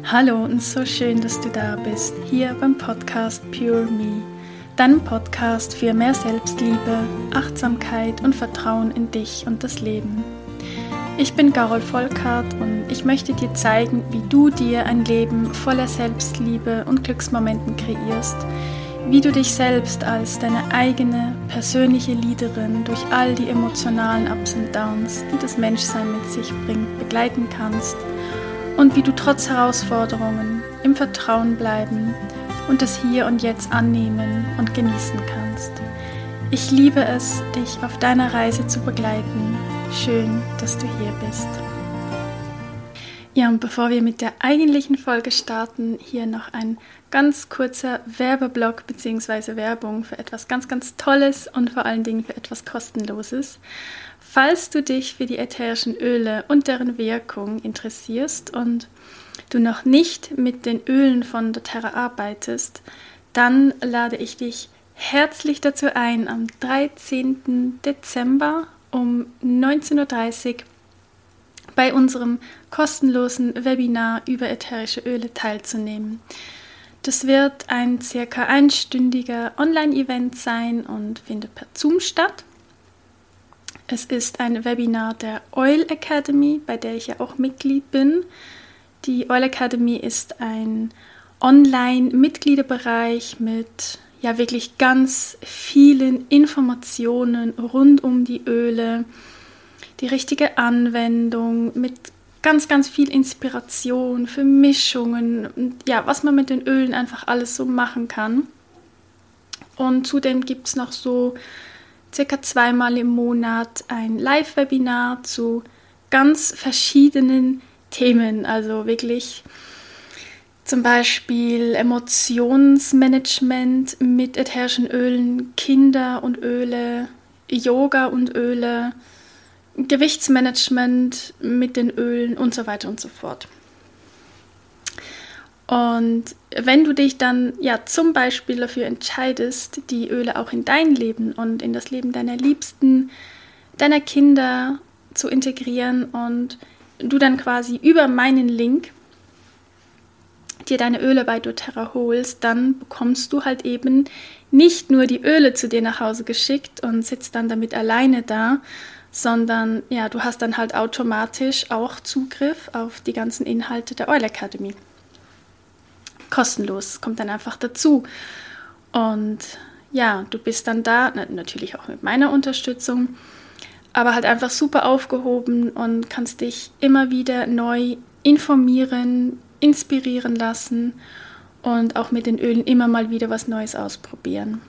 Hallo und so schön, dass du da bist, hier beim Podcast Pure Me, deinem Podcast für mehr Selbstliebe, Achtsamkeit und Vertrauen in dich und das Leben. Ich bin Carol Volkart und ich möchte dir zeigen, wie du dir ein Leben voller Selbstliebe und Glücksmomenten kreierst, wie du dich selbst als deine eigene persönliche Leaderin durch all die emotionalen Ups und Downs, die das Menschsein mit sich bringt, begleiten kannst und wie du trotz Herausforderungen im Vertrauen bleiben und das Hier und Jetzt annehmen und genießen kannst. Ich liebe es, dich auf deiner Reise zu begleiten. Schön, dass du hier bist. Ja, und bevor wir mit der eigentlichen Folge starten, hier noch ein ganz kurzer Werbeblock bzw. Werbung für etwas ganz, ganz Tolles und vor allen Dingen für etwas Kostenloses. Falls du dich für die ätherischen Öle und deren Wirkung interessierst und du noch nicht mit den Ölen von doTERRA arbeitest, dann lade ich dich herzlich dazu ein, am 13. Dezember um 19:30 Uhr bei unserem kostenlosen Webinar über ätherische Öle teilzunehmen. Das wird ein circa einstündiger Online-Event sein und findet per Zoom statt. Es ist ein Webinar der Oil Academy, bei der ich ja auch Mitglied bin. Die Oil Academy ist ein Online-Mitgliederbereich mit wirklich ganz vielen Informationen rund um die Öle, die richtige Anwendung, mit ganz, ganz viel Inspiration für Mischungen und was man mit den Ölen einfach alles so machen kann. Und zudem gibt es noch so circa 2-mal im Monat ein Live-Webinar zu ganz verschiedenen Themen, also wirklich zum Beispiel Emotionsmanagement mit ätherischen Ölen, Kinder und Öle, Yoga und Öle, Gewichtsmanagement mit den Ölen und so weiter und so fort. Und wenn du dich dann zum Beispiel dafür entscheidest, die Öle auch in dein Leben und in das Leben deiner Liebsten, deiner Kinder zu integrieren und du dann quasi über meinen Link dir deine Öle bei doTERRA holst, dann bekommst du halt eben nicht nur die Öle zu dir nach Hause geschickt und sitzt dann damit alleine da, sondern du hast dann halt automatisch auch Zugriff auf die ganzen Inhalte der Oil Academy. Kostenlos, kommt dann einfach dazu. Und du bist dann da, natürlich auch mit meiner Unterstützung, aber halt einfach super aufgehoben und kannst dich immer wieder neu informieren, inspirieren lassen und auch mit den Ölen immer mal wieder was Neues ausprobieren.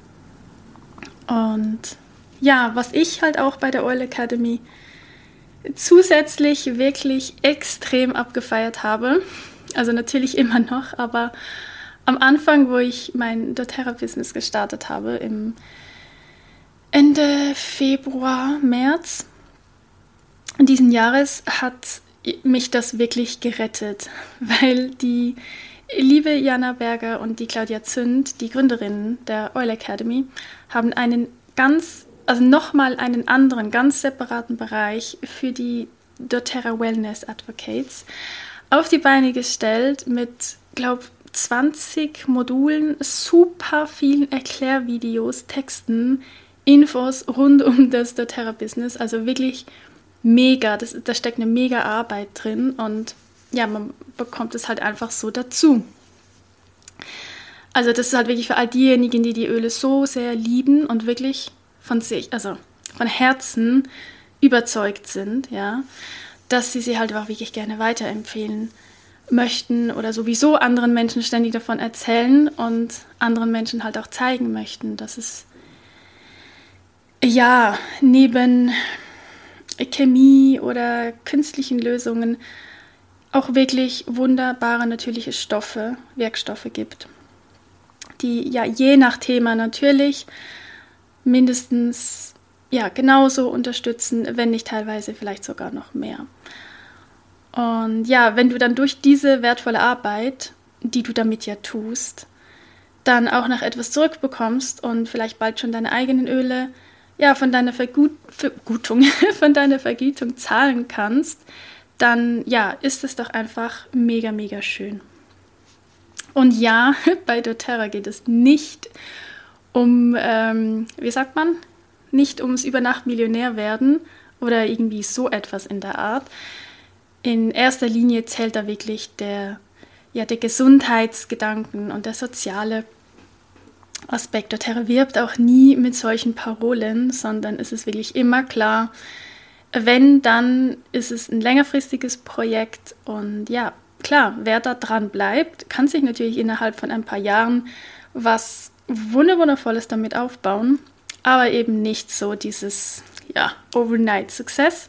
Und was ich halt auch bei der Oil Academy zusätzlich wirklich extrem abgefeiert habe, also natürlich immer noch, aber am Anfang, wo ich mein doTERRA-Business gestartet habe, im Ende Februar, März diesen Jahres, hat mich das wirklich gerettet, weil die liebe Jana Berger und die Claudia Zünd, die Gründerinnen der Oil Academy, haben nochmal einen anderen, ganz separaten Bereich für die doTERRA Wellness Advocates auf die Beine gestellt mit, 20 Modulen, super vielen Erklärvideos, Texten, Infos rund um das doTERRA-Business, also wirklich mega, da steckt eine mega Arbeit drin und man bekommt es halt einfach so dazu. Also das ist halt wirklich für all diejenigen, die die Öle so sehr lieben und wirklich von sich, also von Herzen überzeugt sind, dass sie halt auch wirklich gerne weiterempfehlen möchten oder sowieso anderen Menschen ständig davon erzählen und anderen Menschen halt auch zeigen möchten, dass es neben Chemie oder künstlichen Lösungen auch wirklich wunderbare natürliche Stoffe, Wirkstoffe gibt, die je nach Thema natürlich mindestens genauso unterstützen, wenn nicht teilweise vielleicht sogar noch mehr. Und wenn du dann durch diese wertvolle Arbeit, die du damit tust, dann auch noch etwas zurückbekommst und vielleicht bald schon deine eigenen Öle von deiner Vergütung zahlen kannst, dann ja, ist es doch einfach mega, mega schön. Und ja, bei doTERRA geht es nicht um, nicht ums Über-Nacht-Millionär werden oder irgendwie so etwas in der Art. In erster Linie zählt da wirklich der Gesundheitsgedanken und der soziale Aspekt. doTERRA wirbt auch nie mit solchen Parolen, sondern es ist wirklich immer klar, wenn, dann ist es ein längerfristiges Projekt und ja, klar, wer da dran bleibt, kann sich natürlich innerhalb von ein paar Jahren was Wundervolles damit aufbauen, aber eben nicht so dieses, Overnight Success.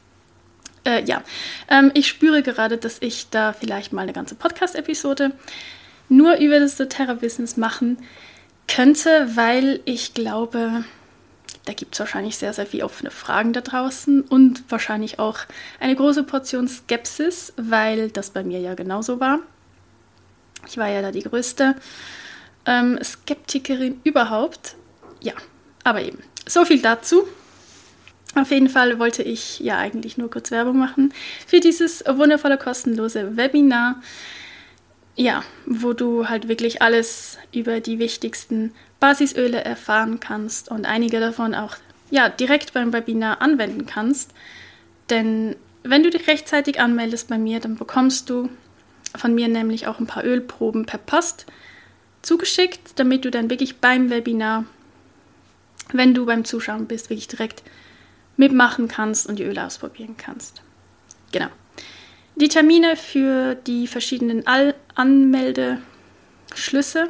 Ich spüre gerade, dass ich da vielleicht mal eine ganze Podcast-Episode nur über das doTERRA-Business machen könnte, weil ich glaube, da gibt es wahrscheinlich sehr, sehr viele offene Fragen da draußen und wahrscheinlich auch eine große Portion Skepsis, weil das bei mir ja genauso war. Ich war ja da die größte Skeptikerin überhaupt. Ja, aber eben, so viel dazu. Auf jeden Fall wollte ich ja eigentlich nur kurz Werbung machen für dieses wundervolle kostenlose Webinar, ja, wo du halt wirklich alles über die wichtigsten Basisöle erfahren kannst und einige davon auch direkt beim Webinar anwenden kannst. Denn wenn du dich rechtzeitig anmeldest bei mir, dann bekommst du von mir nämlich auch ein paar Ölproben per Post zugeschickt, damit du dann wirklich beim Webinar, wenn du beim Zuschauen bist, wirklich direkt mitmachen kannst und die Öle ausprobieren kannst. Genau. Die Termine für die verschiedenen Anmeldeschlüsse,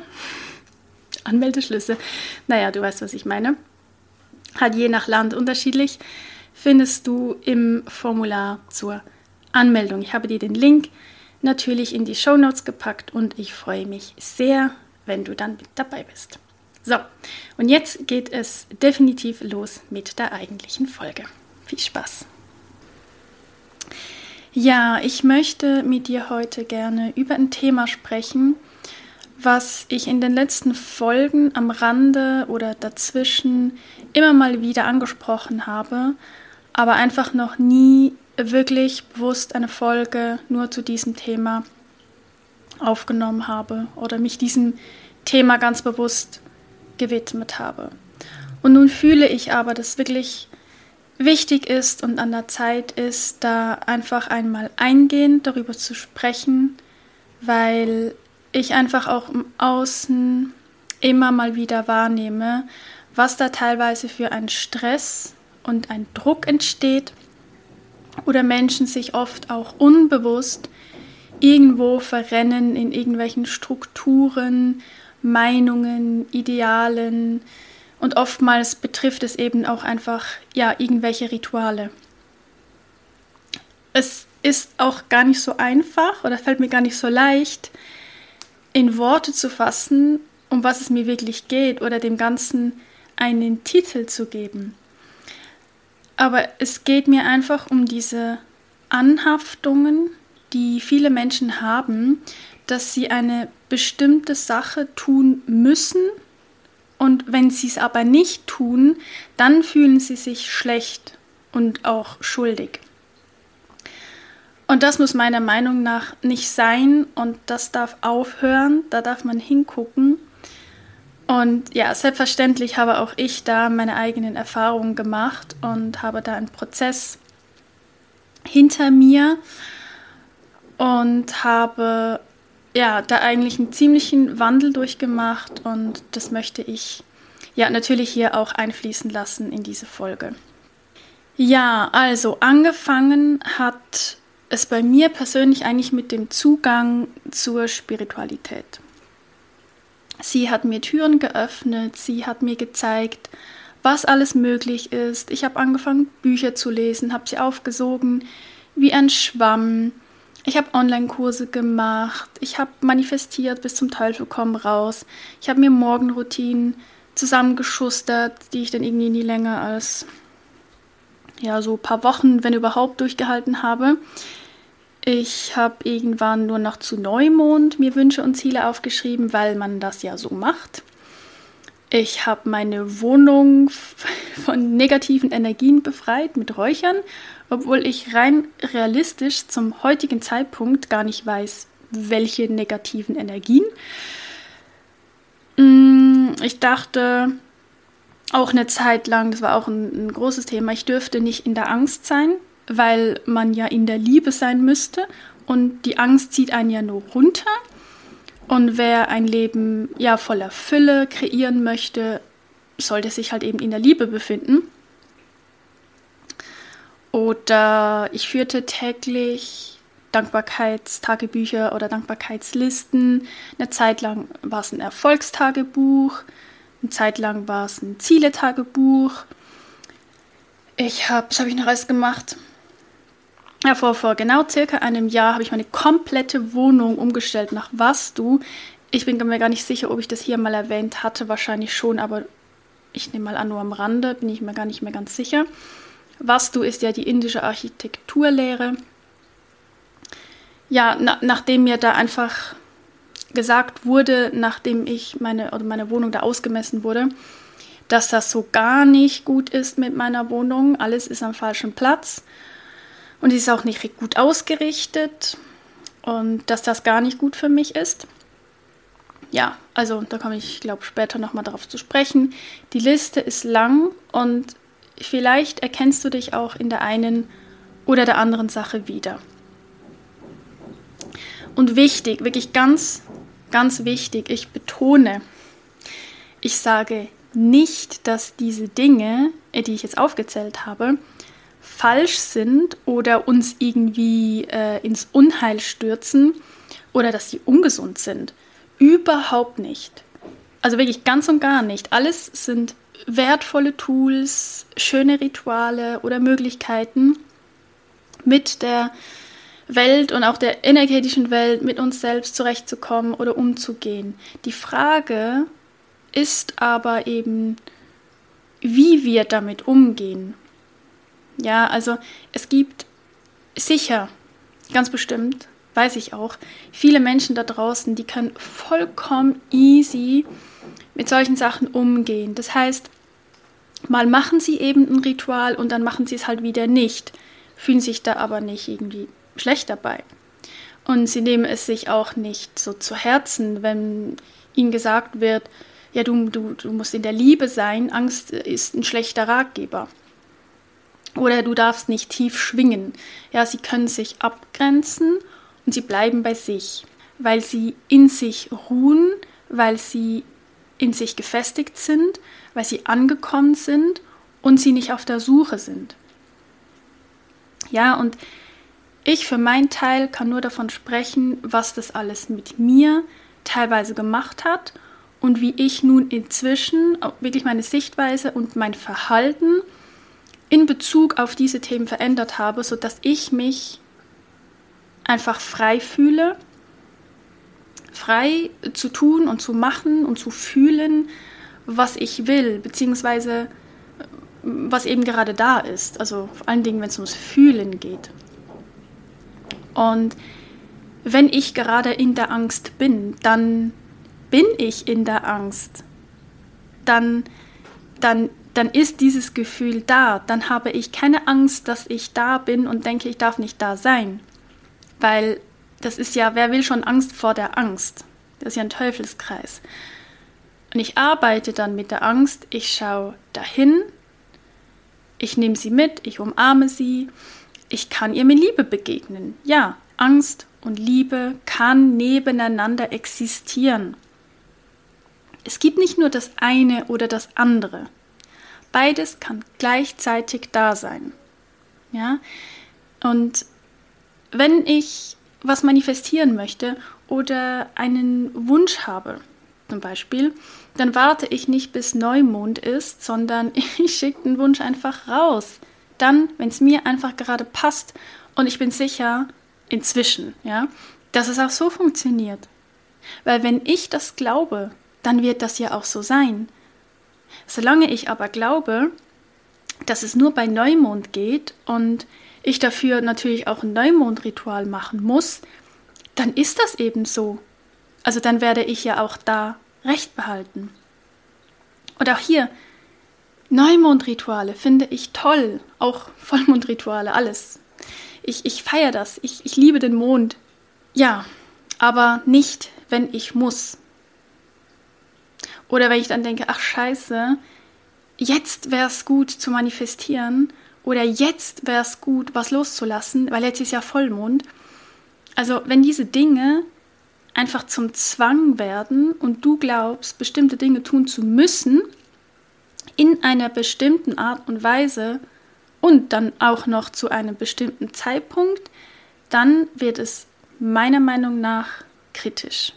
naja, du weißt, was ich meine, halt je nach Land unterschiedlich, findest du im Formular zur Anmeldung. Ich habe dir den Link natürlich in die Shownotes gepackt und ich freue mich sehr, wenn du dann mit dabei bist. So, und jetzt geht es definitiv los mit der eigentlichen Folge. Viel Spaß! Ja, ich möchte mit dir heute gerne über ein Thema sprechen, was ich in den letzten Folgen am Rande oder dazwischen immer mal wieder angesprochen habe, aber einfach noch nie wirklich bewusst eine Folge nur zu diesem Thema aufgenommen habe oder mich diesem Thema ganz bewusst gewidmet habe. Und nun fühle ich aber, dass wirklich wichtig ist und an der Zeit ist, da einfach einmal eingehend darüber zu sprechen, weil ich einfach auch im Außen immer mal wieder wahrnehme, was da teilweise für ein Stress und ein Druck entsteht oder Menschen sich oft auch unbewusst irgendwo verrennen in irgendwelchen Strukturen, Meinungen, Idealen und oftmals betrifft es eben auch einfach irgendwelche Rituale. Es ist auch gar nicht so einfach oder fällt mir gar nicht so leicht, in Worte zu fassen, um was es mir wirklich geht oder dem Ganzen einen Titel zu geben. Aber es geht mir einfach um diese Anhaftungen, die viele Menschen haben, dass sie eine bestimmte Sache tun müssen und wenn sie es aber nicht tun, dann fühlen sie sich schlecht und auch schuldig. Und das muss meiner Meinung nach nicht sein und das darf aufhören, da darf man hingucken. Und ja, selbstverständlich habe auch ich da meine eigenen Erfahrungen gemacht und habe da einen Prozess hinter mir und habe da eigentlich einen ziemlichen Wandel durchgemacht und das möchte ich natürlich hier auch einfließen lassen in diese Folge. Ja, also angefangen hat es bei mir persönlich eigentlich mit dem Zugang zur Spiritualität. Sie hat mir Türen geöffnet, sie hat mir gezeigt, was alles möglich ist. Ich habe angefangen, Bücher zu lesen, habe sie aufgesogen wie ein Schwamm. Ich habe Online-Kurse gemacht, ich habe manifestiert bis zum Teufel komm raus. Ich habe mir Morgenroutinen zusammengeschustert, die ich dann irgendwie nie länger als so ein paar Wochen, wenn überhaupt, durchgehalten habe. Ich habe irgendwann nur noch zu Neumond mir Wünsche und Ziele aufgeschrieben, weil man das ja so macht. Ich habe meine Wohnung von negativen Energien befreit mit Räuchern, obwohl ich rein realistisch zum heutigen Zeitpunkt gar nicht weiß, welche negativen Energien. Ich dachte auch eine Zeit lang, das war auch ein großes Thema, ich dürfte nicht in der Angst sein, weil man ja in der Liebe sein müsste und die Angst zieht einen ja nur runter. Und wer ein Leben ja voller Fülle kreieren möchte, sollte sich halt eben in der Liebe befinden. Oder ich führte täglich Dankbarkeitstagebücher oder Dankbarkeitslisten. Eine Zeit lang war es ein Erfolgstagebuch, eine Zeit lang war es ein Zieletagebuch. Was habe ich noch alles gemacht? Ja, vor genau circa einem Jahr habe ich meine komplette Wohnung umgestellt nach Vastu. Ich bin mir gar nicht sicher, ob ich das hier mal erwähnt hatte, wahrscheinlich schon, aber ich nehme mal an, nur am Rande, bin ich mir gar nicht mehr ganz sicher. Vastu ist ja die indische Architekturlehre. Ja, nachdem mir da einfach gesagt wurde, nachdem meine Wohnung da ausgemessen wurde, dass das so gar nicht gut ist mit meiner Wohnung, alles ist am falschen Platz. Und die ist auch nicht gut ausgerichtet und dass das gar nicht gut für mich ist. Ja, also da komme ich, glaube später nochmal darauf zu sprechen. Die Liste ist lang und vielleicht erkennst du dich auch in der einen oder der anderen Sache wieder. Und wichtig, wirklich ganz, ganz wichtig, ich betone, ich sage nicht, dass diese Dinge, die ich jetzt aufgezählt habe, falsch sind oder uns irgendwie ins Unheil stürzen oder dass sie ungesund sind. Überhaupt nicht. Also wirklich ganz und gar nicht. Alles sind wertvolle Tools, schöne Rituale oder Möglichkeiten, mit der Welt und auch der energetischen Welt, mit uns selbst zurechtzukommen oder umzugehen. Die Frage ist aber eben, wie wir damit umgehen. Ja, also es gibt sicher, ganz bestimmt, weiß ich auch, viele Menschen da draußen, die können vollkommen easy mit solchen Sachen umgehen. Das heißt, mal machen sie eben ein Ritual und dann machen sie es halt wieder nicht, fühlen sich da aber nicht irgendwie schlecht dabei. Und sie nehmen es sich auch nicht so zu Herzen, wenn ihnen gesagt wird, ja, du musst in der Liebe sein, Angst ist ein schlechter Ratgeber. Oder du darfst nicht tief schwingen. Ja, sie können sich abgrenzen und sie bleiben bei sich, weil sie in sich ruhen, weil sie in sich gefestigt sind, weil sie angekommen sind und sie nicht auf der Suche sind. Ja, und ich für meinen Teil kann nur davon sprechen, was das alles mit mir teilweise gemacht hat und wie ich nun inzwischen wirklich meine Sichtweise und mein Verhalten in Bezug auf diese Themen verändert habe, sodass ich mich einfach frei fühle, frei zu tun und zu machen und zu fühlen, was ich will, beziehungsweise was eben gerade da ist. Also vor allen Dingen, wenn es ums Fühlen geht. Und wenn ich gerade in der Angst bin, dann bin ich in der Angst. Dann ist dieses Gefühl da. Dann habe ich keine Angst, dass ich da bin und denke, ich darf nicht da sein. Weil das ist ja, wer will schon Angst vor der Angst? Das ist ja ein Teufelskreis. Und ich arbeite dann mit der Angst, ich schaue dahin, ich nehme sie mit, ich umarme sie, ich kann ihr mit Liebe begegnen. Ja, Angst und Liebe kann nebeneinander existieren. Es gibt nicht nur das eine oder das andere. Beides kann gleichzeitig da sein. Ja? Und wenn ich was manifestieren möchte oder einen Wunsch habe, zum Beispiel, dann warte ich nicht, bis Neumond ist, sondern ich schicke den Wunsch einfach raus. Dann, wenn es mir einfach gerade passt und ich bin sicher, inzwischen, ja, dass es auch so funktioniert. Weil wenn ich das glaube, dann wird das ja auch so sein. Solange ich aber glaube, dass es nur bei Neumond geht und ich dafür natürlich auch ein Neumondritual machen muss, dann ist das eben so. Also dann werde ich ja auch da Recht behalten. Und auch hier, Neumondrituale finde ich toll, auch Vollmondrituale, alles. Ich feiere das, ich liebe den Mond, ja, aber nicht, wenn ich muss. Oder wenn ich dann denke, ach scheiße, jetzt wäre es gut zu manifestieren oder jetzt wäre es gut, was loszulassen, weil jetzt ist ja Vollmond. Also wenn diese Dinge einfach zum Zwang werden und du glaubst, bestimmte Dinge tun zu müssen, in einer bestimmten Art und Weise und dann auch noch zu einem bestimmten Zeitpunkt, dann wird es meiner Meinung nach kritisch.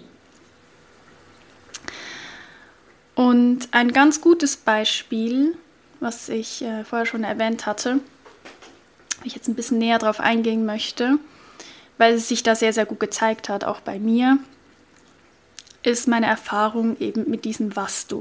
Und ein ganz gutes Beispiel, was ich vorher schon erwähnt hatte, wo ich jetzt ein bisschen näher drauf eingehen möchte, weil es sich da sehr, sehr gut gezeigt hat, auch bei mir, ist meine Erfahrung eben mit diesem Vastu.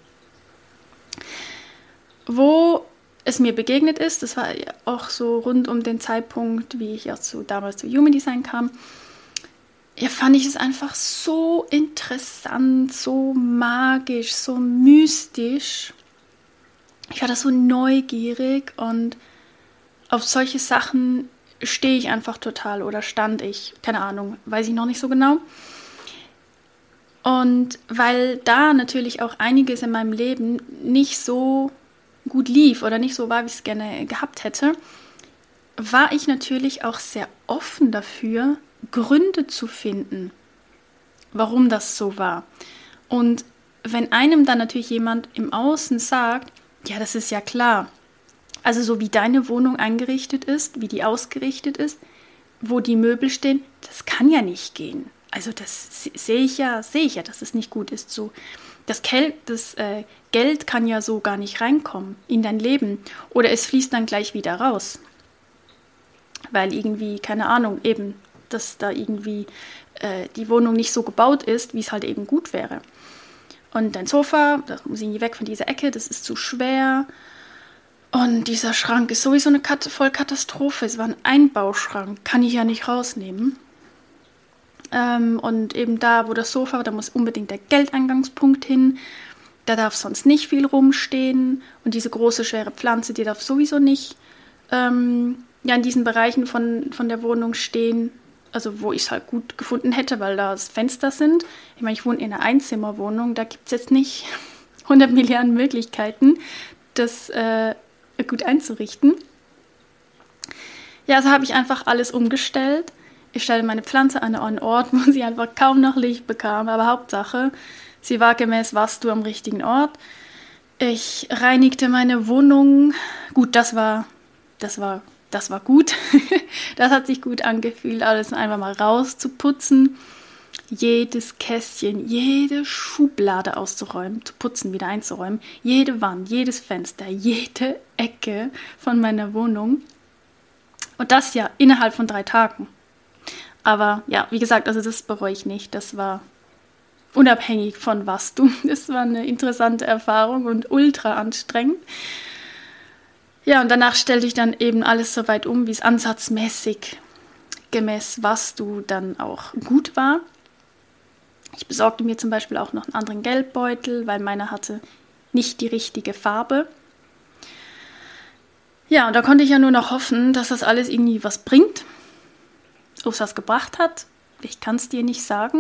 Wo es mir begegnet ist, das war auch so rund um den Zeitpunkt, wie ich ja damals zu Human Design kam, ja, fand ich es einfach so interessant, so magisch, so mystisch. Ich war da so neugierig und auf solche Sachen stehe ich einfach total oder stand ich, keine Ahnung, weiß ich noch nicht so genau. Und weil da natürlich auch einiges in meinem Leben nicht so gut lief oder nicht so war, wie ich es gerne gehabt hätte, war ich natürlich auch sehr offen dafür, Gründe zu finden, warum das so war. Und wenn einem dann natürlich jemand im Außen sagt, ja, das ist ja klar, also so wie deine Wohnung eingerichtet ist, wie die ausgerichtet ist, wo die Möbel stehen, das kann ja nicht gehen. Also das sehe ich ja, dass es nicht gut ist. So, das Geld kann ja so gar nicht reinkommen in dein Leben oder es fließt dann gleich wieder raus, weil irgendwie, keine Ahnung, eben dass da irgendwie die Wohnung nicht so gebaut ist, wie es halt eben gut wäre. Und dein Sofa, das muss irgendwie weg von dieser Ecke, das ist zu schwer. Und dieser Schrank ist sowieso eine Vollkatastrophe. Es war ein Einbauschrank, kann ich ja nicht rausnehmen. Und eben da, wo das Sofa, da muss unbedingt der Geldeingangspunkt hin. Da darf sonst nicht viel rumstehen. Und diese große, schwere Pflanze, die darf sowieso nicht in diesen Bereichen von der Wohnung stehen. Also wo ich es halt gut gefunden hätte, weil da Fenster sind. Ich meine, ich wohne in einer Einzimmerwohnung, da gibt es jetzt nicht 100 Milliarden Möglichkeiten, das gut einzurichten. Ja, also habe ich einfach alles umgestellt. Ich stellte meine Pflanze an einen Ort, wo sie einfach kaum noch Licht bekam, aber Hauptsache, sie war gemäß Vastu am richtigen Ort. Ich reinigte meine Wohnung. Gut, das war gut. Das hat sich gut angefühlt, alles einfach mal rauszuputzen. Jedes Kästchen, jede Schublade auszuräumen, zu putzen, wieder einzuräumen. Jede Wand, jedes Fenster, jede Ecke von meiner Wohnung. Und das ja innerhalb von 3 Tagen. Aber ja, wie gesagt, also das bereue ich nicht. Das war unabhängig von Vastu. Das war eine interessante Erfahrung und ultra anstrengend. Ja, und danach stellte ich dann eben alles so weit um, wie es ansatzmäßig gemäß Vastu dann auch gut war. Ich besorgte mir zum Beispiel auch noch einen anderen Geldbeutel, weil meiner hatte nicht die richtige Farbe. Ja, und da konnte ich ja nur noch hoffen, dass das alles irgendwie was bringt. Ob es was gebracht hat, ich kann es dir nicht sagen.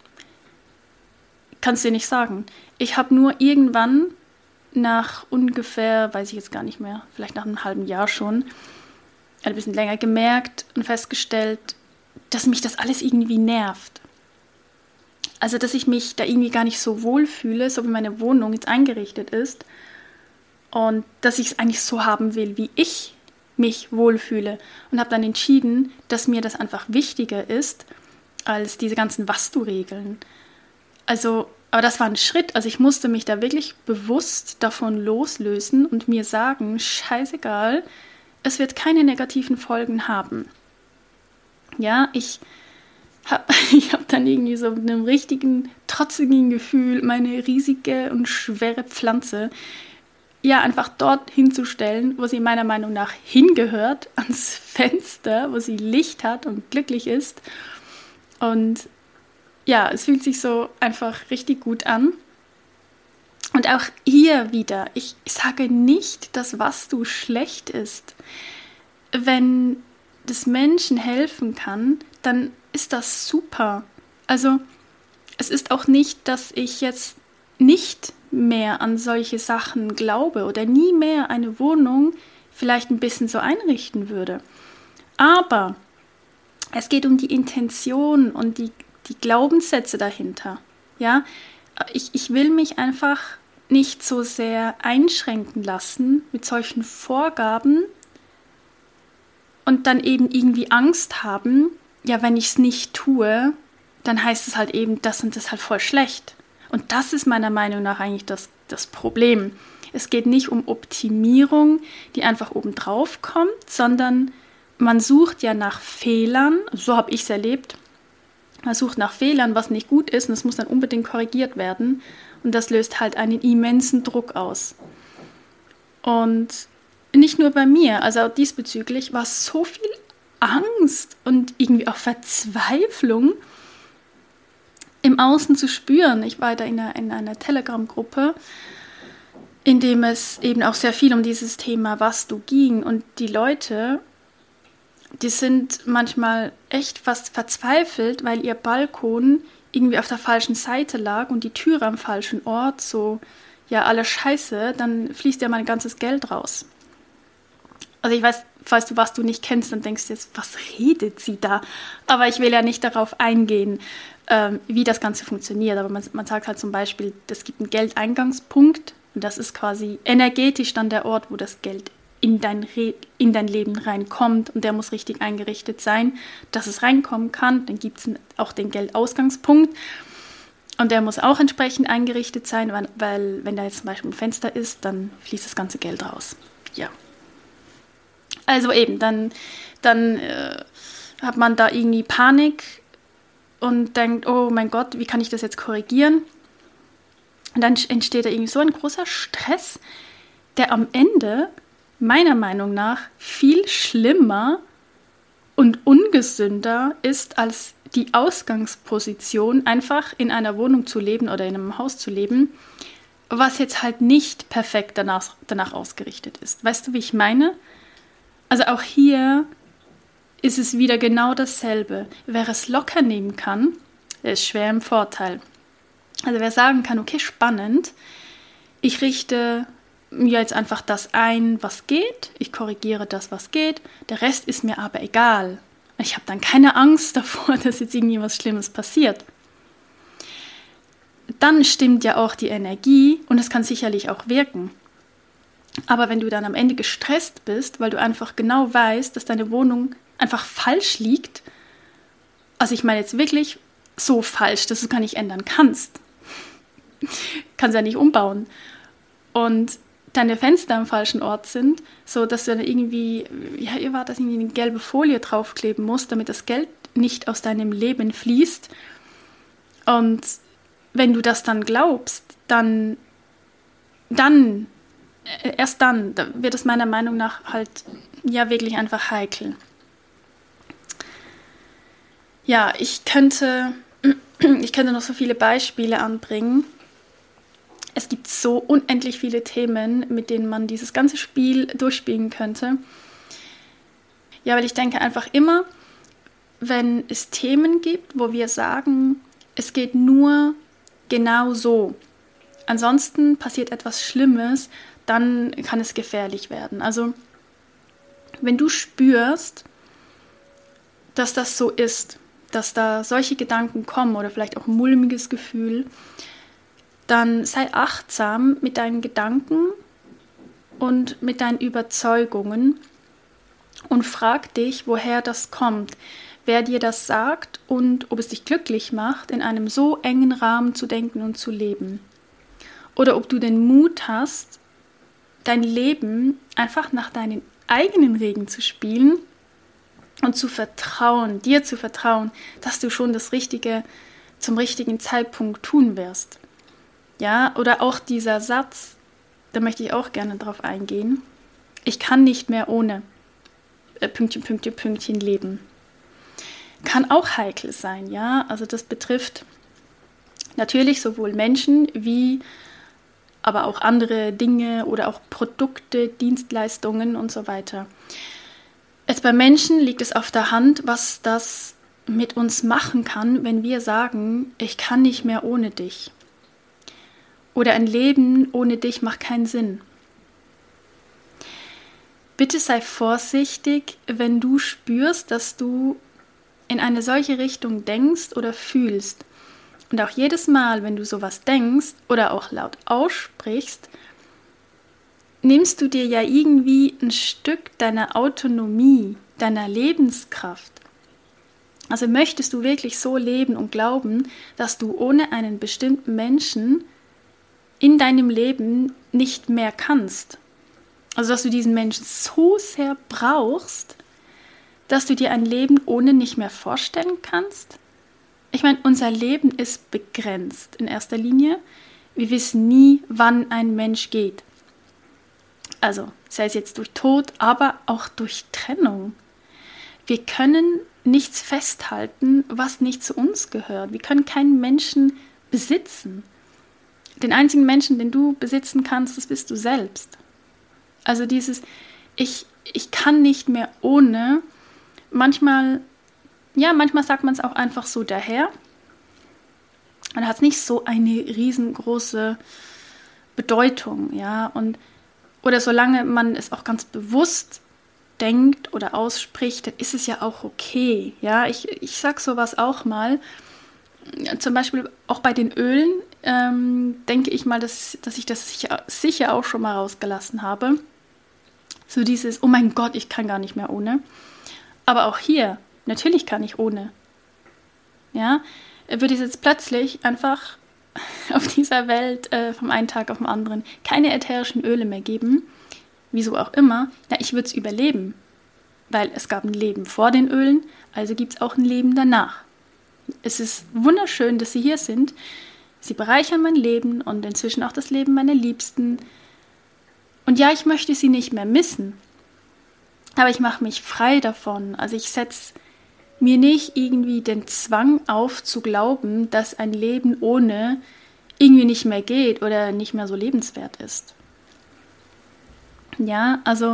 Ich habe nur irgendwann nach ungefähr, weiß ich jetzt gar nicht mehr, vielleicht nach einem halben Jahr schon, ein bisschen länger gemerkt und festgestellt, dass mich das alles irgendwie nervt. Also, dass ich mich da irgendwie gar nicht so wohl fühle, so wie meine Wohnung jetzt eingerichtet ist. Und dass ich es eigentlich so haben will, wie ich mich wohlfühle. Und habe dann entschieden, dass mir das einfach wichtiger ist, als diese ganzen Vastu-Regeln. Also, aber das war ein Schritt. Also ich musste mich da wirklich bewusst davon loslösen und mir sagen, scheißegal, es wird keine negativen Folgen haben. Ja, ich habe dann irgendwie so mit einem richtigen, trotzigen Gefühl meine riesige und schwere Pflanze ja einfach dort hinzustellen, wo sie meiner Meinung nach hingehört, ans Fenster, wo sie Licht hat und glücklich ist. Und ja, es fühlt sich so einfach richtig gut an. Und auch hier wieder, ich sage nicht, dass was du schlecht ist. Wenn das Menschen helfen kann, dann ist das super. Also es ist auch nicht, dass ich jetzt nicht mehr an solche Sachen glaube oder nie mehr eine Wohnung vielleicht ein bisschen so einrichten würde. Aber es geht um die Intention und die Glaubenssätze dahinter. Ja? Ich will mich einfach nicht so sehr einschränken lassen mit solchen Vorgaben und dann eben irgendwie Angst haben, ja, wenn ich es nicht tue, dann heißt es halt eben, das und das halt voll schlecht. Und das ist meiner Meinung nach eigentlich das Problem. Es geht nicht um Optimierung, die einfach obendrauf kommt, sondern man sucht ja nach Fehlern, so habe ich es erlebt, man sucht nach Fehlern, was nicht gut ist und das muss dann unbedingt korrigiert werden und das löst halt einen immensen Druck aus. Und nicht nur bei mir, also auch diesbezüglich war so viel Angst und irgendwie auch Verzweiflung im Außen zu spüren. Ich war da in einer Telegram-Gruppe, in dem es eben auch sehr viel um dieses Thema Was du ging und die Leute, die sind manchmal echt fast verzweifelt, weil ihr Balkon irgendwie auf der falschen Seite lag und die Türe am falschen Ort, so, ja, alles scheiße, dann fließt ja mein ganzes Geld raus. Also ich weiß, falls du was du nicht kennst, dann denkst du jetzt, was redet sie da? Aber ich will ja nicht darauf eingehen, wie das Ganze funktioniert. Aber man sagt halt zum Beispiel, es gibt einen Geldeingangspunkt und das ist quasi energetisch dann der Ort, wo das Geld in dein Leben reinkommt und der muss richtig eingerichtet sein, dass es reinkommen kann. Dann gibt es auch den Geldausgangspunkt und der muss auch entsprechend eingerichtet sein, weil wenn da jetzt zum Beispiel ein Fenster ist, dann fließt das ganze Geld raus. Ja. Also eben, dann hat man da irgendwie Panik und denkt, oh mein Gott, wie kann ich das jetzt korrigieren? Und dann entsteht da irgendwie so ein großer Stress, der am Ende meiner Meinung nach viel schlimmer und ungesünder ist als die Ausgangsposition, einfach in einer Wohnung zu leben oder in einem Haus zu leben, was jetzt halt nicht perfekt danach ausgerichtet ist. Weißt du, wie ich meine? Also auch hier ist es wieder genau dasselbe. Wer es locker nehmen kann, der ist schwer im Vorteil. Also wer sagen kann, okay, spannend, ich richte mir jetzt einfach das ein, was geht, ich korrigiere das, was geht, der Rest ist mir aber egal. Ich habe dann keine Angst davor, dass jetzt irgendwie was Schlimmes passiert. Dann stimmt ja auch die Energie und es kann sicherlich auch wirken. Aber wenn du dann am Ende gestresst bist, weil du einfach genau weißt, dass deine Wohnung einfach falsch liegt, also ich meine jetzt wirklich so falsch, dass du es gar nicht ändern kannst. Kannst ja nicht umbauen. Und deine Fenster am falschen Ort sind, so dass du dann irgendwie, ja, ihr war das irgendwie eine gelbe Folie draufkleben musst, damit das Geld nicht aus deinem Leben fließt. Und wenn du das dann glaubst, dann erst dann wird es meiner Meinung nach halt ja wirklich einfach heikel. Ja, ich könnte noch so viele Beispiele anbringen. Es gibt so unendlich viele Themen, mit denen man dieses ganze Spiel durchspielen könnte. Ja, weil ich denke einfach immer, wenn es Themen gibt, wo wir sagen, es geht nur genau so, ansonsten passiert etwas Schlimmes, dann kann es gefährlich werden. Also, wenn du spürst, dass das so ist, dass da solche Gedanken kommen oder vielleicht auch ein mulmiges Gefühl, dann sei achtsam mit deinen Gedanken und mit deinen Überzeugungen und frag dich, woher das kommt, wer dir das sagt und ob es dich glücklich macht, in einem so engen Rahmen zu denken und zu leben. Oder ob du den Mut hast, dein Leben einfach nach deinen eigenen Regeln zu spielen und zu vertrauen, dir zu vertrauen, dass du schon das Richtige zum richtigen Zeitpunkt tun wirst. Ja, oder auch dieser Satz, da möchte ich auch gerne drauf eingehen. Ich kann nicht mehr ohne Pünktchen leben. Kann auch heikel sein, ja. Also das betrifft natürlich sowohl Menschen wie aber auch andere Dinge oder auch Produkte, Dienstleistungen und so weiter. Jetzt bei Menschen liegt es auf der Hand, was das mit uns machen kann, wenn wir sagen, ich kann nicht mehr ohne dich. Oder ein Leben ohne dich macht keinen Sinn. Bitte sei vorsichtig, wenn du spürst, dass du in eine solche Richtung denkst oder fühlst. Und auch jedes Mal, wenn du sowas denkst oder auch laut aussprichst, nimmst du dir ja irgendwie ein Stück deiner Autonomie, deiner Lebenskraft. Also möchtest du wirklich so leben und glauben, dass du ohne einen bestimmten Menschen in deinem Leben nicht mehr kannst? Also dass du diesen Menschen so sehr brauchst, dass du dir ein Leben ohne nicht mehr vorstellen kannst? Ich meine, unser Leben ist begrenzt in erster Linie. Wir wissen nie, wann ein Mensch geht. Also sei es jetzt durch Tod, aber auch durch Trennung. Wir können nichts festhalten, was nicht zu uns gehört. Wir können keinen Menschen besitzen. Den einzigen Menschen, den du besitzen kannst, das bist du selbst. Also dieses, ich kann nicht mehr ohne, manchmal sagt man es auch einfach so daher. Man hat nicht so eine riesengroße Bedeutung, ja, oder solange man es auch ganz bewusst denkt oder ausspricht, dann ist es ja auch okay, ja. Ich sage sowas auch mal, zum Beispiel auch bei den Ölen, denke ich mal, dass ich das sicher auch schon mal rausgelassen habe. So dieses, oh mein Gott, ich kann gar nicht mehr ohne. Aber auch hier, natürlich kann ich ohne. Ja, würde es jetzt plötzlich einfach auf dieser Welt vom einen Tag auf den anderen keine ätherischen Öle mehr geben, wieso auch immer, ja, ich würde es überleben. Weil es gab ein Leben vor den Ölen, also gibt es auch ein Leben danach. Es ist wunderschön, dass sie hier sind. Sie bereichern mein Leben und inzwischen auch das Leben meiner Liebsten. Und ja, ich möchte sie nicht mehr missen. Aber ich mache mich frei davon. Also ich setze mir nicht irgendwie den Zwang auf, zu glauben, dass ein Leben ohne irgendwie nicht mehr geht oder nicht mehr so lebenswert ist. Ja, also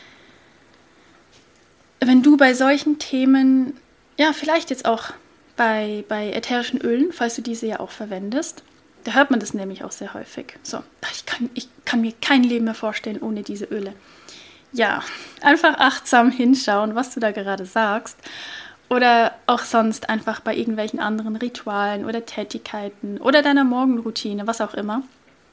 wenn du bei solchen Themen, ja, vielleicht jetzt auch bei ätherischen Ölen, falls du diese ja auch verwendest, da hört man das nämlich auch sehr häufig. So, ich kann mir kein Leben mehr vorstellen ohne diese Öle. Ja, einfach achtsam hinschauen, was du da gerade sagst. Oder auch sonst einfach bei irgendwelchen anderen Ritualen oder Tätigkeiten oder deiner Morgenroutine, was auch immer.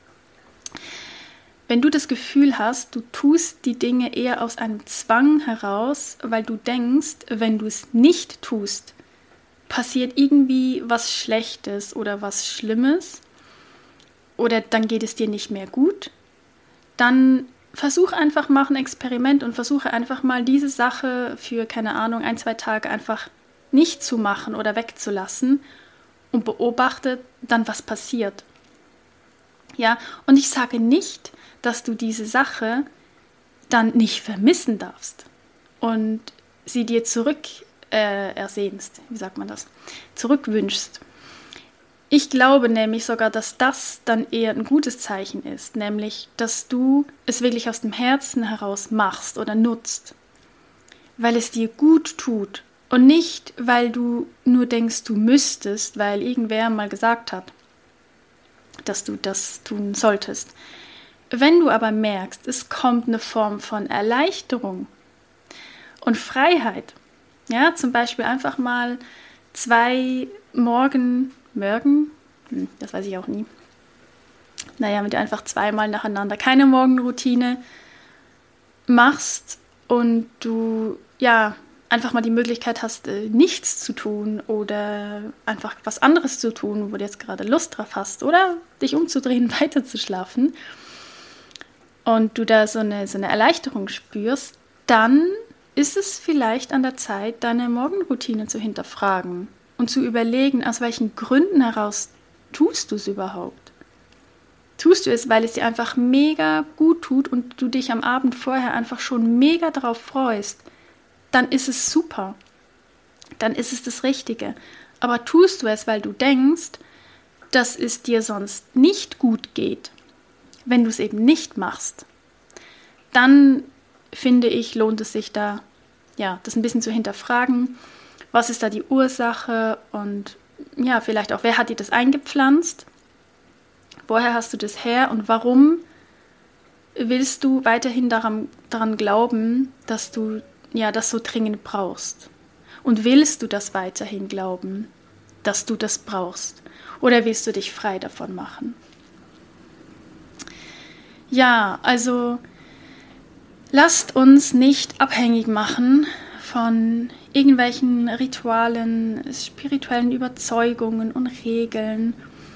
Wenn du das Gefühl hast, du tust die Dinge eher aus einem Zwang heraus, weil du denkst, wenn du es nicht tust, passiert irgendwie was Schlechtes oder was Schlimmes oder dann geht es dir nicht mehr gut, dann versuch einfach mal ein Experiment und versuche einfach mal diese Sache für, keine Ahnung, 1-2 Tage einfach nicht zu machen oder wegzulassen und beobachte dann, was passiert. Ja, und ich sage nicht, dass du diese Sache dann nicht vermissen darfst und sie dir ersehnst, wie sagt man das, zurückwünschst. Ich glaube nämlich sogar, dass das dann eher ein gutes Zeichen ist, nämlich, dass du es wirklich aus dem Herzen heraus machst oder nutzt, weil es dir gut tut und nicht, weil du nur denkst, du müsstest, weil irgendwer mal gesagt hat, dass du das tun solltest. Wenn du aber merkst, es kommt eine Form von Erleichterung und Freiheit, ja, zum Beispiel einfach mal 2 Morgen, das weiß ich auch nie. Naja, wenn du einfach 2-mal nacheinander keine Morgenroutine machst und du ja einfach mal die Möglichkeit hast, nichts zu tun oder einfach was anderes zu tun, wo du jetzt gerade Lust drauf hast oder dich umzudrehen, weiter zu schlafen und du da so eine Erleichterung spürst, dann ist es vielleicht an der Zeit, deine Morgenroutine zu hinterfragen und zu überlegen, aus welchen Gründen heraus tust du es überhaupt? Tust du es, weil es dir einfach mega gut tut und du dich am Abend vorher einfach schon mega darauf freust? Dann ist es super. Dann ist es das Richtige. Aber tust du es, weil du denkst, dass es dir sonst nicht gut geht Wenn du es eben nicht machst, dann finde ich, lohnt es sich da, ja, das ein bisschen zu hinterfragen. Was ist da die Ursache und ja, vielleicht auch, wer hat dir das eingepflanzt? Woher hast du das her und warum willst du weiterhin daran glauben, dass du ja das so dringend brauchst? Und willst du das weiterhin glauben, dass du das brauchst? Oder willst du dich frei davon machen? Ja, also lasst uns nicht abhängig machen von irgendwelchen Ritualen, spirituellen Überzeugungen und Regeln,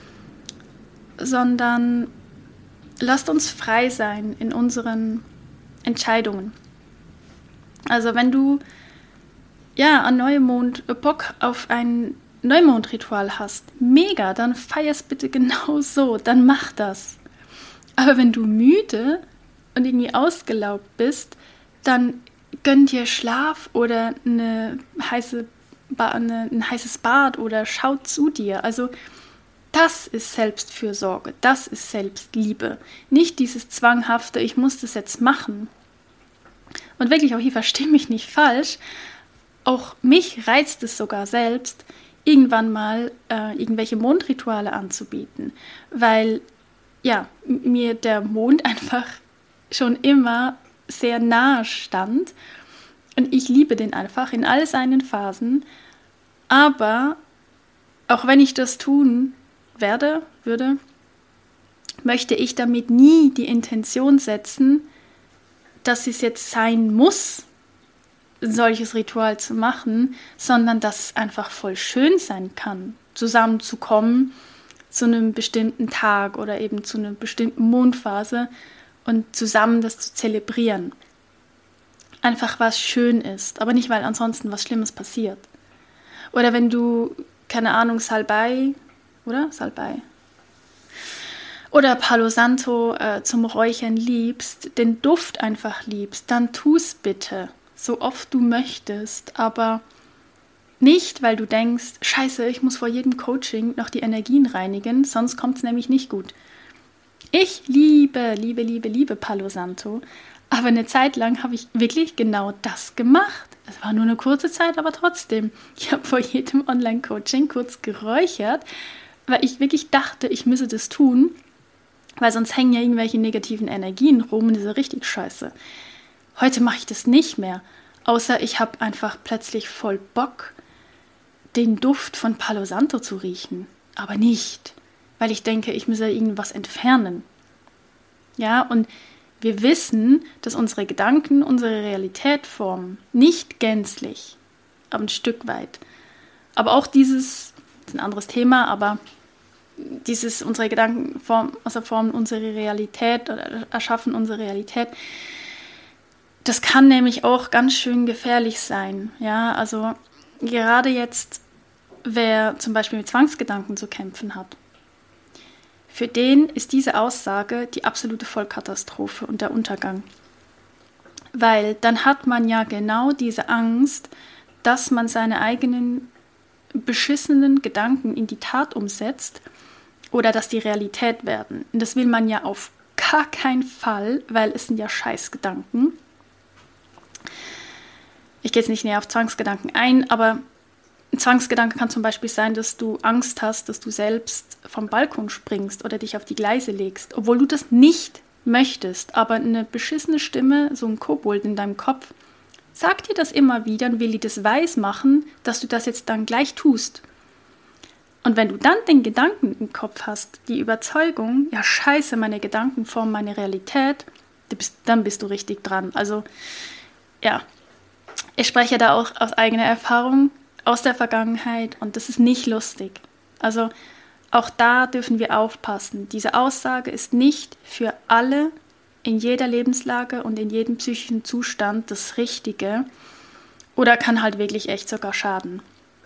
sondern lasst uns frei sein in unseren Entscheidungen. Also wenn du ja an Neumond Bock auf ein Neumondritual hast, mega, dann feier es bitte genau so, dann mach das. Aber wenn du müde und irgendwie ausgelaugt bist, dann gönn dir Schlaf oder ein heißes Bad oder schau zu dir. Also das ist Selbstfürsorge, das ist Selbstliebe. Nicht dieses zwanghafte, ich muss das jetzt machen. Und wirklich, auch hier versteh mich nicht falsch, auch mich reizt es sogar selbst, irgendwann mal irgendwelche Mondrituale anzubieten, weil ja, mir der Mond einfach schon immer sehr nahe stand und ich liebe den einfach in all seinen Phasen, aber auch wenn ich das tun würde, möchte ich damit nie die Intention setzen, dass es jetzt sein muss, ein solches Ritual zu machen, sondern dass es einfach voll schön sein kann, zusammenzukommen zu einem bestimmten Tag oder eben zu einer bestimmten Mondphase und zusammen das zu zelebrieren. Einfach was schön ist, aber nicht, weil ansonsten was Schlimmes passiert. Oder wenn du, keine Ahnung, Salbei oder Palo Santo zum Räuchern liebst, den Duft einfach liebst, dann tu's bitte, so oft du möchtest, aber nicht, weil du denkst, scheiße, ich muss vor jedem Coaching noch die Energien reinigen, sonst kommt es nämlich nicht gut. Ich liebe Palo Santo, aber eine Zeit lang habe ich wirklich genau das gemacht. Es war nur eine kurze Zeit, aber trotzdem. Ich habe vor jedem Online-Coaching kurz geräuchert, weil ich wirklich dachte, ich müsse das tun, weil sonst hängen ja irgendwelche negativen Energien rum und das ist ja richtig scheiße. Heute mache ich das nicht mehr, außer ich habe einfach plötzlich voll Bock, den Duft von Palo Santo zu riechen. Aber nicht, weil ich denke, ich müsse irgendwas entfernen. Ja, und wir wissen, dass unsere Gedanken unsere Realität formen. Nicht gänzlich, aber ein Stück weit. Aber auch dieses, das ist ein anderes Thema, aber unsere Gedanken formen unsere Realität oder erschaffen unsere Realität. Das kann nämlich auch ganz schön gefährlich sein. Ja, also gerade jetzt, wer zum Beispiel mit Zwangsgedanken zu kämpfen hat, für den ist diese Aussage die absolute Vollkatastrophe und der Untergang. Weil dann hat man ja genau diese Angst, dass man seine eigenen beschissenen Gedanken in die Tat umsetzt oder dass die Realität werden. Und das will man ja auf gar keinen Fall, weil es sind ja Scheißgedanken. Ich gehe jetzt nicht näher auf Zwangsgedanken ein, aber ein Zwangsgedanke kann zum Beispiel sein, dass du Angst hast, dass du selbst vom Balkon springst oder dich auf die Gleise legst, obwohl du das nicht möchtest. Aber eine beschissene Stimme, so ein Kobold in deinem Kopf, sagt dir das immer wieder und will dir das weismachen, dass du das jetzt dann gleich tust. Und wenn du dann den Gedanken im Kopf hast, die Überzeugung, ja scheiße, meine Gedanken formen meine Realität, dann bist du richtig dran. Also ja, ich spreche da auch aus eigener Erfahrung, aus der Vergangenheit und das ist nicht lustig. Also auch da dürfen wir aufpassen. Diese Aussage ist nicht für alle in jeder Lebenslage und in jedem psychischen Zustand das Richtige oder kann halt wirklich echt sogar schaden.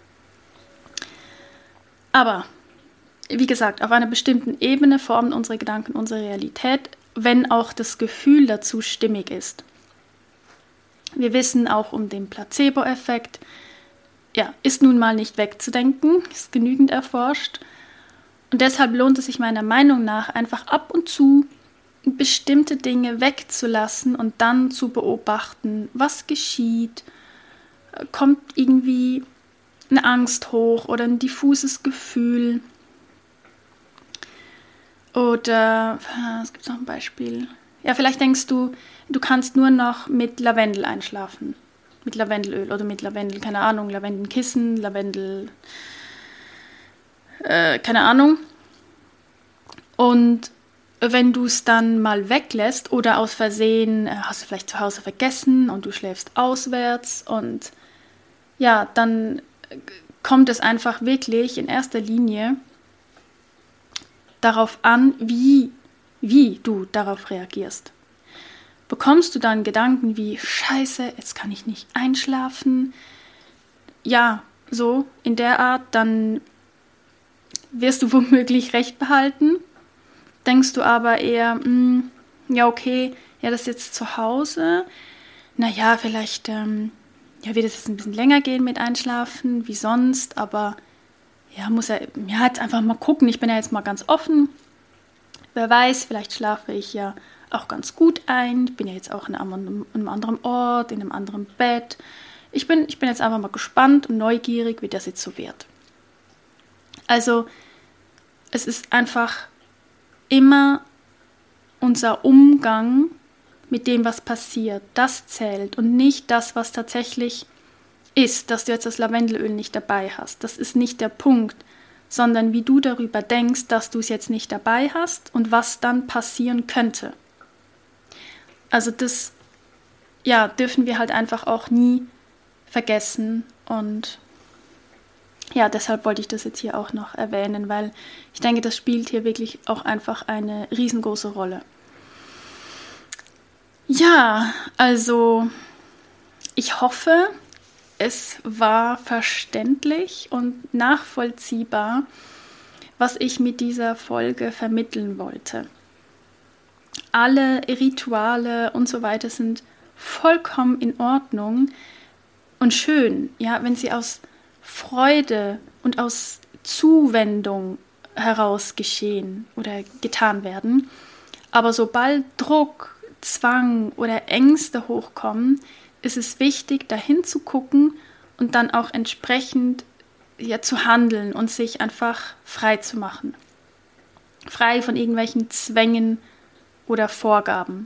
Aber, wie gesagt, auf einer bestimmten Ebene formen unsere Gedanken unsere Realität, wenn auch das Gefühl dazu stimmig ist. Wir wissen auch um den Placebo-Effekt, ja, ist nun mal nicht wegzudenken, ist genügend erforscht. Und deshalb lohnt es sich meiner Meinung nach einfach ab und zu bestimmte Dinge wegzulassen und dann zu beobachten, was geschieht. Kommt irgendwie eine Angst hoch oder ein diffuses Gefühl? Oder, es gibt noch ein Beispiel. Ja, vielleicht denkst du, du kannst nur noch mit Lavendel einschlafen. Mit Lavendelöl oder mit Lavendel, keine Ahnung, Lavendelkissen, Lavendel, keine Ahnung. Und wenn du es dann mal weglässt oder aus Versehen hast du vielleicht zu Hause vergessen und du schläfst auswärts und ja, dann kommt es einfach wirklich in erster Linie darauf an, wie du darauf reagierst. Bekommst du dann Gedanken wie, Scheiße, jetzt kann ich nicht einschlafen? Ja, so in der Art, dann wirst du womöglich recht behalten. Denkst du aber eher, ja okay, ja das ist jetzt zu Hause. Naja, vielleicht wird es jetzt ein bisschen länger gehen mit Einschlafen, wie sonst, aber ja, muss ja jetzt einfach mal gucken. Ich bin ja jetzt mal ganz offen. Wer weiß, vielleicht schlafe ich ja auch ganz gut ein. Ich bin ja jetzt auch in einem anderen Ort, in einem anderen Bett. Ich bin jetzt einfach mal gespannt und neugierig, wie das jetzt so wird. Also, es ist einfach immer unser Umgang mit dem, was passiert. Das zählt und nicht das, was tatsächlich ist, dass du jetzt das Lavendelöl nicht dabei hast. Das ist nicht der Punkt, sondern wie du darüber denkst, dass du es jetzt nicht dabei hast und was dann passieren könnte. Also das, ja, dürfen wir halt einfach auch nie vergessen und ja, deshalb wollte ich das jetzt hier auch noch erwähnen, weil ich denke, das spielt hier wirklich auch einfach eine riesengroße Rolle. Ja, also ich hoffe, es war verständlich und nachvollziehbar, was ich mit dieser Folge vermitteln wollte. Alle Rituale und so weiter sind vollkommen in Ordnung und schön, ja, wenn sie aus Freude und aus Zuwendung heraus geschehen oder getan werden. Aber sobald Druck, Zwang oder Ängste hochkommen, ist es wichtig, dahin zu gucken und dann auch entsprechend zu handeln und sich einfach frei zu machen. Frei von irgendwelchen Zwängen oder Vorgaben.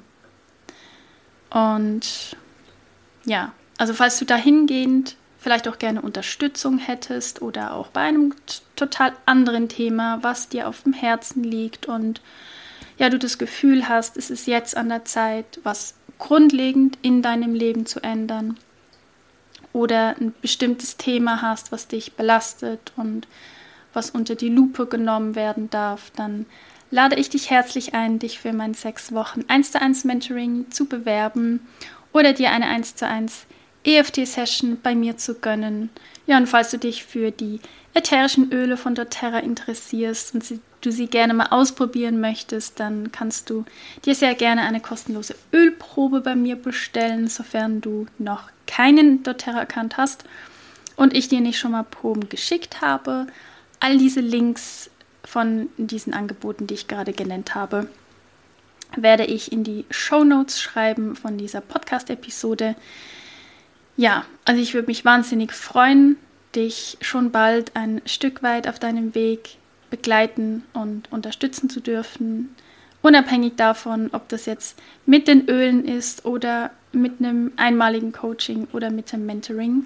Und ja, also falls du dahingehend vielleicht auch gerne Unterstützung hättest oder auch bei einem total anderen Thema, was dir auf dem Herzen liegt und ja, du das Gefühl hast, es ist jetzt an der Zeit, was grundlegend in deinem Leben zu ändern oder ein bestimmtes Thema hast, was dich belastet und was unter die Lupe genommen werden darf, dann lade ich dich herzlich ein, dich für mein 6 Wochen 1:1 Mentoring zu bewerben oder dir eine 1:1 EFT-Session bei mir zu gönnen. Ja, und falls du dich für die ätherischen Öle von doTERRA interessierst und du sie gerne mal ausprobieren möchtest, dann kannst du dir sehr gerne eine kostenlose Ölprobe bei mir bestellen, sofern du noch keinen doTERRA-Account hast und ich dir nicht schon mal Proben geschickt habe. All diese Links von diesen Angeboten, die ich gerade genannt habe, werde ich in die Shownotes schreiben von dieser Podcast-Episode. Ja, also ich würde mich wahnsinnig freuen, dich schon bald ein Stück weit auf deinem Weg begleiten und unterstützen zu dürfen, unabhängig davon, ob das jetzt mit den Ölen ist oder mit einem einmaligen Coaching oder mit dem Mentoring.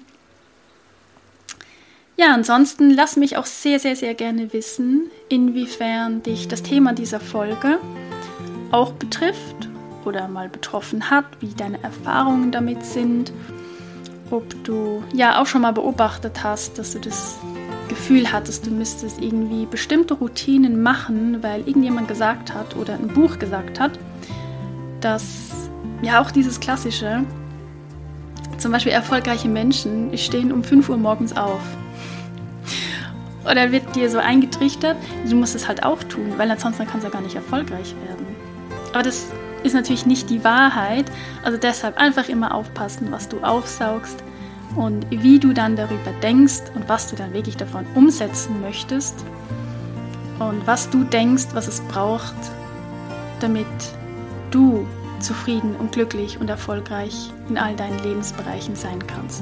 Ja, ansonsten lass mich auch sehr, sehr, sehr gerne wissen, inwiefern dich das Thema dieser Folge auch betrifft oder mal betroffen hat, wie deine Erfahrungen damit sind. Ob du ja auch schon mal beobachtet hast, dass du das Gefühl hattest, du müsstest irgendwie bestimmte Routinen machen, weil irgendjemand gesagt hat oder ein Buch gesagt hat, dass ja auch dieses Klassische, zum Beispiel erfolgreiche Menschen stehen um 5 Uhr morgens auf. Oder wird dir so eingetrichtert, du musst es halt auch tun, weil ansonsten kannst du ja gar nicht erfolgreich werden. Aber das ist natürlich nicht die Wahrheit, also deshalb einfach immer aufpassen, was du aufsaugst und wie du dann darüber denkst und was du dann wirklich davon umsetzen möchtest und was du denkst, was es braucht, damit du zufrieden und glücklich und erfolgreich in all deinen Lebensbereichen sein kannst.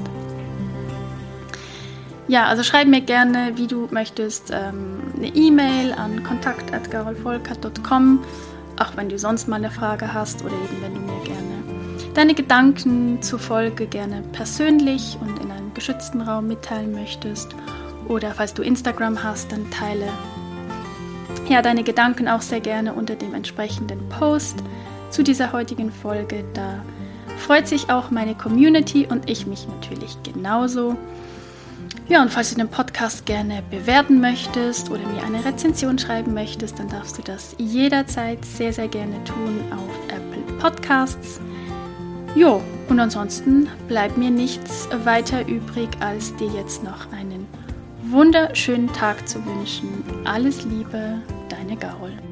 Ja, also schreib mir gerne, wie du möchtest, eine E-Mail an kontakt@carolvolkert.com, auch wenn du sonst mal eine Frage hast oder eben wenn du mir gerne deine Gedanken zur Folge gerne persönlich und in einem geschützten Raum mitteilen möchtest. Oder falls du Instagram hast, dann teile deine Gedanken auch sehr gerne unter dem entsprechenden Post zu dieser heutigen Folge. Da freut sich auch meine Community und ich mich natürlich genauso. Ja, und falls du den Podcast gerne bewerten möchtest oder mir eine Rezension schreiben möchtest, dann darfst du das jederzeit sehr, sehr gerne tun auf Apple Podcasts. Jo, und ansonsten bleibt mir nichts weiter übrig, als dir jetzt noch einen wunderschönen Tag zu wünschen. Alles Liebe, deine Carol.